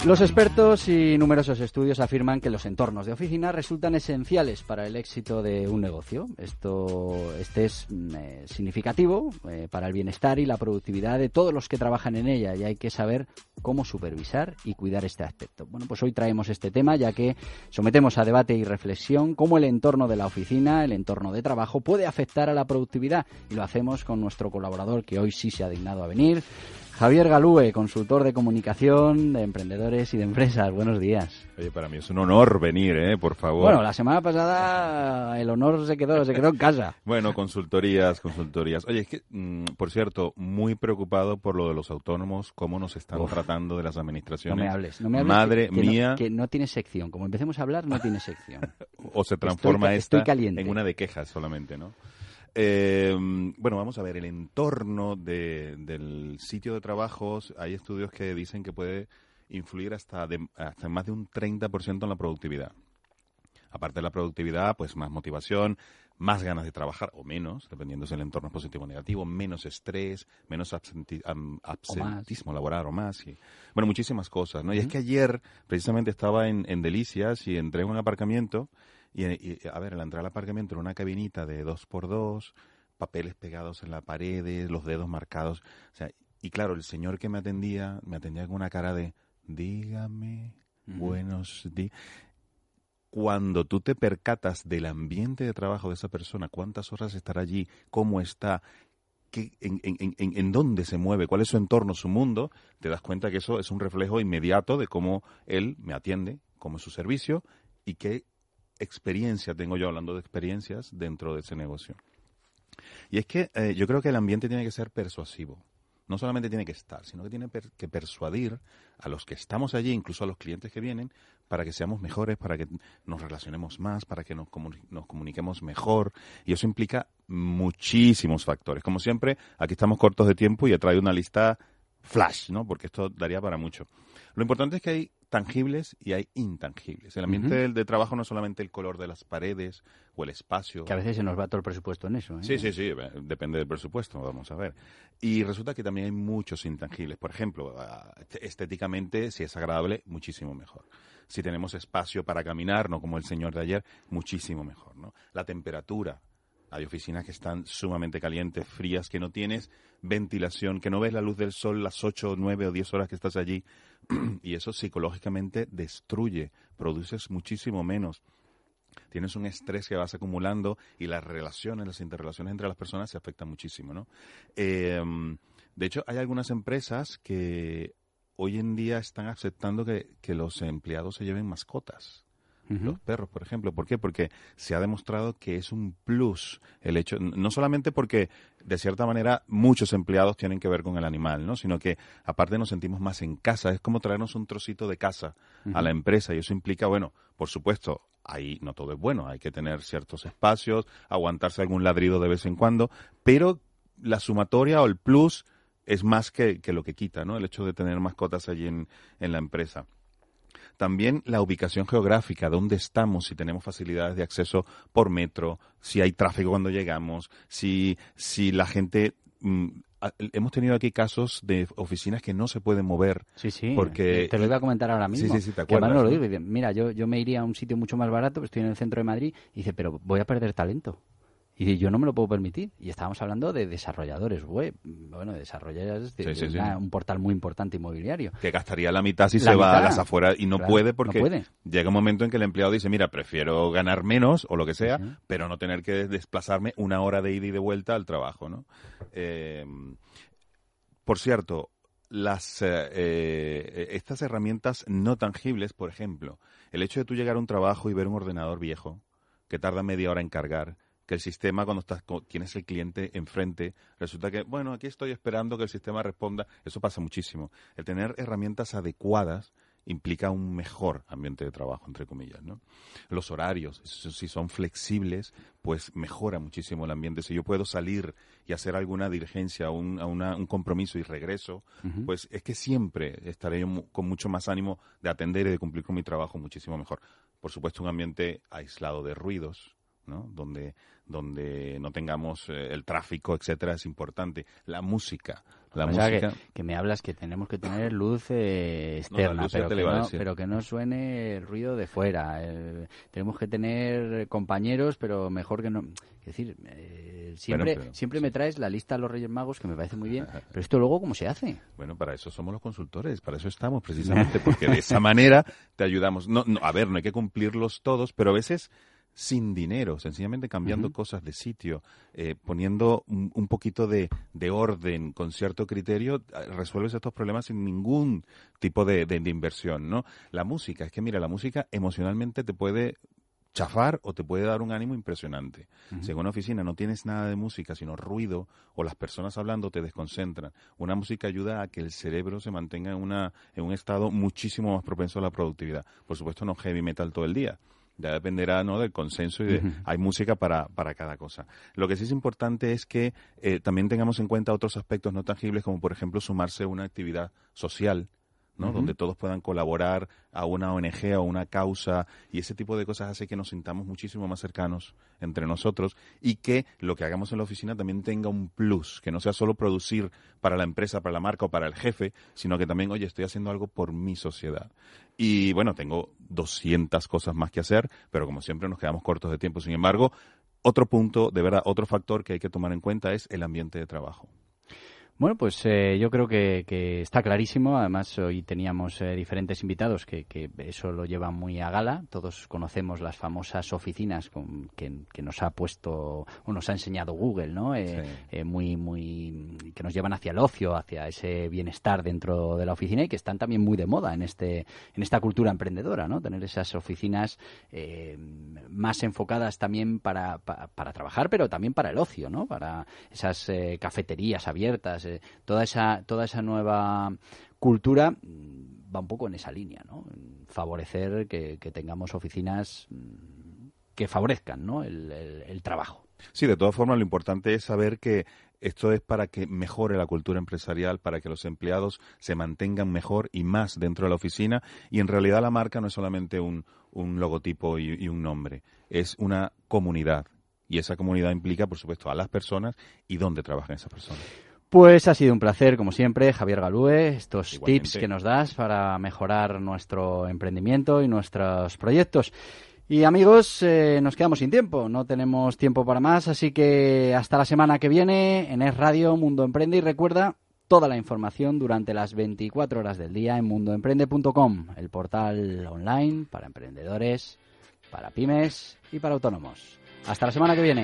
Los expertos y numerosos estudios afirman que los entornos de oficina resultan esenciales para el éxito de un negocio. Este es significativo para el bienestar y la productividad de todos los que trabajan en ella, y hay que saber cómo supervisar y cuidar este aspecto. Bueno, pues hoy traemos este tema, ya que sometemos a debate y reflexión cómo el entorno de la oficina, el entorno de trabajo, puede afectar a la productividad, y lo hacemos con nuestro colaborador, que hoy sí se ha dignado a venir, Javier Galúe, consultor de comunicación, de emprendedores y de empresas. Buenos días. Oye, para mí es un honor venir, por favor. Bueno, la semana pasada el honor se quedó en casa. Bueno, consultorías. Oye, es que, por cierto, muy preocupado por lo de los autónomos, cómo nos están tratando de las administraciones. No me hables. Madre mía. Que no tiene sección. Como empecemos a hablar, no tiene sección. O se transforma estoy caliente. en una de quejas solamente, ¿no? Bueno, vamos a ver, el entorno del sitio de trabajos, hay estudios que dicen que puede influir hasta más de un 30% en la productividad. Aparte de la productividad, pues más motivación, más ganas de trabajar o menos, dependiendo si el entorno es positivo o negativo, menos estrés, menos absentismo laboral o más. Y, bueno, muchísimas cosas, ¿no? Y es que ayer precisamente estaba en Delicias y entré en un aparcamiento. Y a ver, al entrar al aparcamiento, en una cabinita de 2x2, papeles pegados en las paredes, los dedos marcados. O sea, y claro, el señor que me atendía con una cara de, dígame, buenos días. Cuando tú te percatas del ambiente de trabajo de esa persona, cuántas horas estará allí, cómo está, en dónde se mueve, cuál es su entorno, su mundo, te das cuenta que eso es un reflejo inmediato de cómo él me atiende, cómo es su servicio y qué experiencia tengo yo, hablando de experiencias, dentro de ese negocio. Y es que yo creo que el ambiente tiene que ser persuasivo. No solamente tiene que estar, sino que tiene que persuadir a los que estamos allí, incluso a los clientes que vienen, para que seamos mejores, para que nos relacionemos más, para que nos comuniquemos mejor. Y eso implica muchísimos factores. Como siempre, aquí estamos cortos de tiempo y he traído una lista flash, ¿no? Porque esto daría para mucho. Lo importante es que hay tangibles y hay intangibles. El ambiente de trabajo no es solamente el color de las paredes o el espacio. Que a veces se nos va todo el presupuesto en eso, ¿eh? Sí, depende del presupuesto, vamos a ver. Y resulta que también hay muchos intangibles. Por ejemplo, estéticamente, si es agradable, muchísimo mejor. Si tenemos espacio para caminar, no como el señor de ayer, muchísimo mejor, ¿no? La temperatura. Hay oficinas que están sumamente calientes, frías, que no tienes ventilación, que no ves la luz del sol las 8, 9 o 10 horas que estás allí. Y eso psicológicamente destruye, produces muchísimo menos. Tienes un estrés que vas acumulando y las interrelaciones entre las personas se afectan muchísimo, ¿no? De hecho, hay algunas empresas que hoy en día están aceptando que los empleados se lleven mascotas. Los perros, por ejemplo. ¿Por qué? Porque se ha demostrado que es un plus el hecho, no solamente porque de cierta manera muchos empleados tienen que ver con el animal, ¿no? Sino que aparte nos sentimos más en casa. Es como traernos un trocito de casa a la empresa, y eso implica, bueno, por supuesto, ahí no todo es bueno, hay que tener ciertos espacios, aguantarse algún ladrido de vez en cuando, pero la sumatoria o el plus es más que lo que quita, ¿no? El hecho de tener mascotas allí en la empresa. También la ubicación geográfica, dónde estamos, si tenemos facilidades de acceso por metro, si hay tráfico cuando llegamos, si la gente... hemos tenido aquí casos de oficinas que no se pueden mover. Sí, porque te lo iba a comentar ahora mismo. Sí, te acuerdas, que ¿no? lo digo, mira, yo me iría a un sitio mucho más barato, estoy en el centro de Madrid, y dice, pero voy a perder talento. Y yo no me lo puedo permitir. Y estábamos hablando de desarrolladores web. Bueno, desarrolladores de un portal muy importante inmobiliario. Que gastaría la mitad si se va a las afueras y no puede porque no puede. Llega un momento en que el empleado dice, mira, prefiero ganar menos o lo que sea, pero no tener que desplazarme una hora de ida y de vuelta al trabajo, ¿no? Por cierto, estas herramientas no tangibles, por ejemplo, el hecho de tú llegar a un trabajo y ver un ordenador viejo que tarda media hora en cargar, que el sistema, cuando tienes el cliente enfrente, resulta que, bueno, aquí estoy esperando que el sistema responda. Eso pasa muchísimo. El tener herramientas adecuadas implica un mejor ambiente de trabajo, entre comillas, ¿no? Los horarios, si son flexibles, pues mejora muchísimo el ambiente. Si yo puedo salir y hacer alguna diligencia, un compromiso y regreso, pues es que siempre estaré yo con mucho más ánimo de atender y de cumplir con mi trabajo muchísimo mejor. Por supuesto, un ambiente aislado de ruidos, ¿no? Donde no tengamos el tráfico, etcétera, es importante. La música. La música... que me hablas que tenemos que tener luz externa, luz pero que no suene el ruido de fuera. Tenemos que tener compañeros, pero mejor que no... Es decir, siempre me traes la lista de los Reyes Magos, que me parece muy bien, pero esto luego, ¿cómo se hace? Bueno, para eso somos los consultores, para eso estamos precisamente, porque de esa manera te ayudamos. No, a ver, no hay que cumplirlos todos, pero a veces... sin dinero, sencillamente cambiando cosas de sitio, poniendo un poquito de orden con cierto criterio, resuelves estos problemas sin ningún tipo de inversión, ¿no? La música, es que mira, la música emocionalmente te puede chafar o te puede dar un ánimo impresionante. Si en una oficina no tienes nada de música, sino ruido, o las personas hablando te desconcentran, una música ayuda a que el cerebro se mantenga en un estado muchísimo más propenso a la productividad. Por supuesto, no heavy metal todo el día. Ya dependerá, ¿no?, del consenso y hay música para cada cosa. Lo que sí es importante es que también tengamos en cuenta otros aspectos no tangibles, como por ejemplo sumarse a una actividad social, ¿no? Donde todos puedan colaborar a una ONG o una causa, y ese tipo de cosas hace que nos sintamos muchísimo más cercanos entre nosotros y que lo que hagamos en la oficina también tenga un plus, que no sea solo producir para la empresa, para la marca o para el jefe, sino que también, oye, estoy haciendo algo por mi sociedad. Y bueno, tengo 200 cosas más que hacer, pero como siempre nos quedamos cortos de tiempo. Sin embargo, otro punto, de verdad, otro factor que hay que tomar en cuenta es el ambiente de trabajo. Bueno, pues yo creo que está clarísimo. Además, hoy teníamos diferentes invitados que eso lo llevan muy a gala. Todos conocemos las famosas oficinas que nos ha puesto o nos ha enseñado Google, ¿no? Muy que nos llevan hacia el ocio, hacia ese bienestar dentro de la oficina y que están también muy de moda en esta cultura emprendedora, ¿no? Tener esas oficinas más enfocadas también para trabajar, pero también para el ocio, ¿no? Para esas cafeterías abiertas. Toda esa nueva cultura va un poco en esa línea, ¿no? Favorecer que tengamos oficinas que favorezcan, ¿no?, el trabajo. Sí, de todas formas, lo importante es saber que esto es para que mejore la cultura empresarial, para que los empleados se mantengan mejor y más dentro de la oficina. Y en realidad la marca no es solamente un logotipo y un nombre, es una comunidad. Y esa comunidad implica, por supuesto, a las personas y dónde trabajan esas personas. Pues ha sido un placer, como siempre, Javier Galúe, estos Igualmente. tips que nos das para mejorar nuestro emprendimiento y nuestros proyectos. Y amigos, nos quedamos sin tiempo, no tenemos tiempo para más, así que hasta la semana que viene en Es Radio Mundo Emprende, y recuerda toda la información durante las 24 horas del día en mundoemprende.com, el portal online para emprendedores, para pymes y para autónomos. Hasta la semana que viene.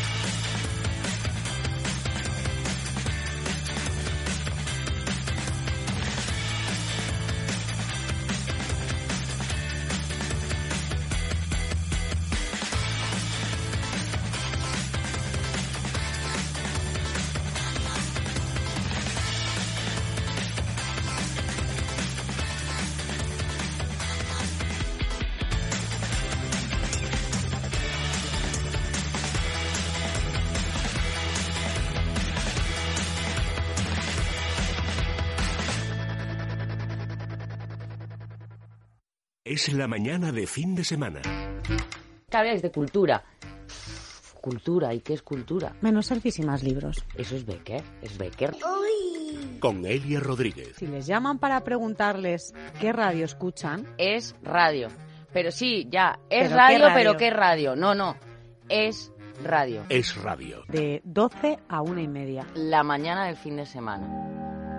Es la mañana de fin de semana. Que habláis de cultura. Cultura, ¿y qué es cultura? Menos selfies y más libros. Eso es Becker, es Becker. Con Elia Rodríguez. Si les llaman para preguntarles qué radio escuchan... Es radio. Pero sí, ya, es ¿Pero radio, qué radio? pero ¿qué radio? No, es radio. Es radio. De 12 a 1:30. La mañana del fin de semana.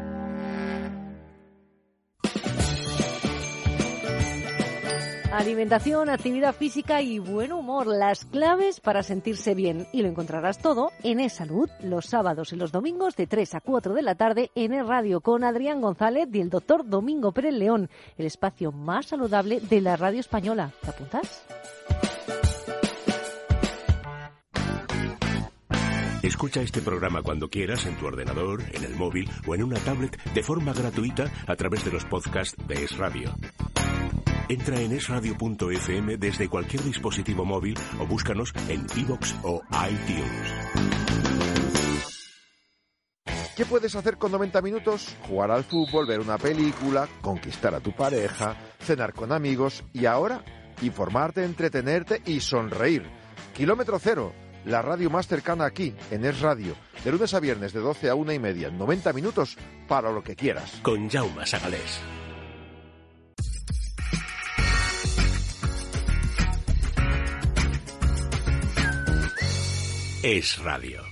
Alimentación, actividad física y buen humor, las claves para sentirse bien. Y lo encontrarás todo en Es Salud, los sábados y los domingos de 3 a 4 de la tarde en Es Radio con Adrián González y el doctor Domingo Pérez León, el espacio más saludable de la radio española. ¿Te apuntas? Escucha este programa cuando quieras en tu ordenador, en el móvil o en una tablet de forma gratuita a través de los podcasts de Es Radio. Entra en esradio.fm desde cualquier dispositivo móvil o búscanos en iVoox o iTunes. ¿Qué puedes hacer con 90 minutos? Jugar al fútbol, ver una película, conquistar a tu pareja, cenar con amigos y ahora informarte, entretenerte y sonreír. Kilómetro Cero, la radio más cercana aquí, en Es Radio. De lunes a viernes de 12 a 1:30, 90 minutos para lo que quieras. Con Jaume Sagalés. Es Radio.